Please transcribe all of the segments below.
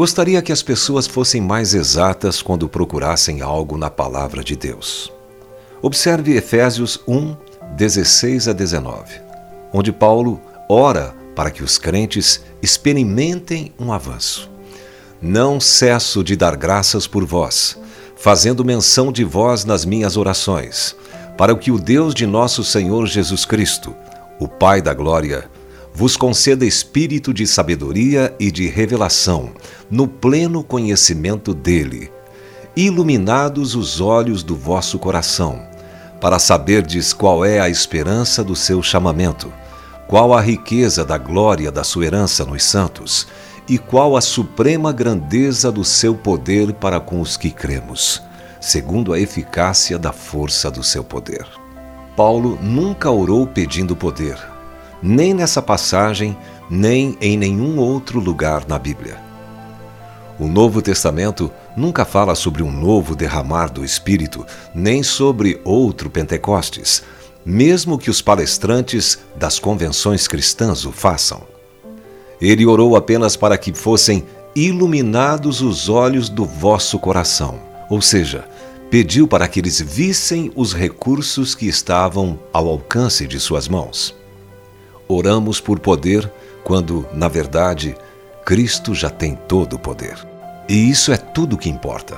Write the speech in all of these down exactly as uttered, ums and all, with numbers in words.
Gostaria que as pessoas fossem mais exatas quando procurassem algo na palavra de Deus. Observe Efésios um, dezesseis a dezenove, onde Paulo ora para que os crentes experimentem um avanço. Não cesso de dar graças por vós, fazendo menção de vós nas minhas orações, para que o Deus de nosso Senhor Jesus Cristo, o Pai da glória, vos conceda espírito de sabedoria e de revelação, no pleno conhecimento dele, iluminados os olhos do vosso coração, para saberdes qual é a esperança do seu chamamento, qual a riqueza da glória da sua herança nos santos, e qual a suprema grandeza do seu poder para com os que cremos, segundo a eficácia da força do seu poder. Paulo nunca orou pedindo poder, nem nessa passagem, nem em nenhum outro lugar na Bíblia. O Novo Testamento nunca fala sobre um novo derramar do Espírito, nem sobre outro Pentecostes, mesmo que os palestrantes das convenções cristãs o façam. Ele orou apenas para que fossem iluminados os olhos do vosso coração, ou seja, pediu para que eles vissem os recursos que estavam ao alcance de suas mãos. Oramos por poder quando, na verdade, Cristo já tem todo o poder. E isso é tudo o que importa.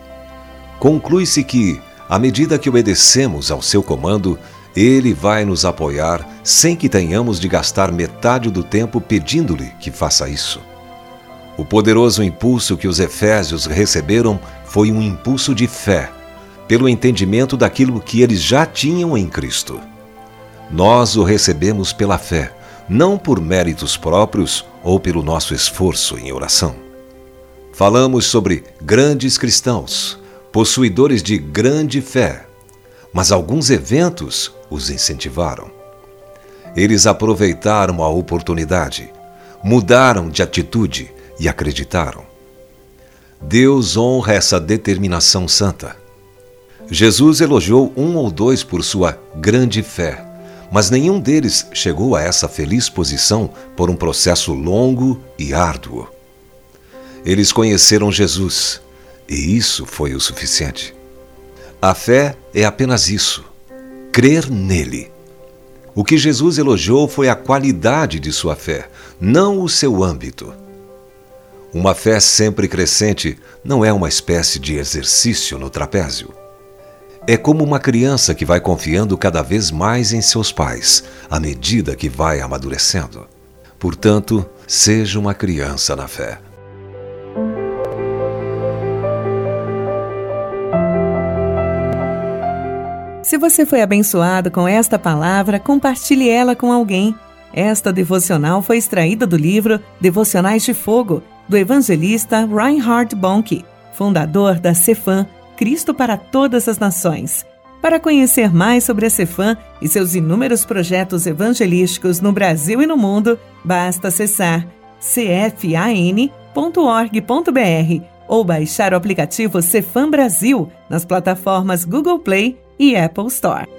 Conclui-se que, à medida que obedecemos ao seu comando, Ele vai nos apoiar sem que tenhamos de gastar metade do tempo pedindo-lhe que faça isso. O poderoso impulso que os efésios receberam foi um impulso de fé, pelo entendimento daquilo que eles já tinham em Cristo. Nós o recebemos pela fé, não por méritos próprios ou pelo nosso esforço em oração. Falamos sobre grandes cristãos, possuidores de grande fé, mas alguns eventos os incentivaram. Eles aproveitaram a oportunidade, mudaram de atitude e acreditaram. Deus honra essa determinação santa. Jesus elogiou um ou dois por sua grande fé, mas nenhum deles chegou a essa feliz posição por um processo longo e árduo. Eles conheceram Jesus, e isso foi o suficiente. A fé é apenas isso, crer nele. O que Jesus elogiou foi a qualidade de sua fé, não o seu âmbito. Uma fé sempre crescente não é uma espécie de exercício no trapézio. É como uma criança que vai confiando cada vez mais em seus pais, à medida que vai amadurecendo. Portanto, seja uma criança na fé. Se você foi abençoado com esta palavra, compartilhe ela com alguém. Esta devocional foi extraída do livro Devocionais de Fogo, do evangelista Reinhard Bonnke, fundador da Cefam, Cristo para Todas as Nações. Para conhecer mais sobre a Cefam e seus inúmeros projetos evangelísticos no Brasil e no mundo, basta acessar c f a n ponto org ponto b r ou baixar o aplicativo Cefam Brasil nas plataformas Google Play e Apple Store.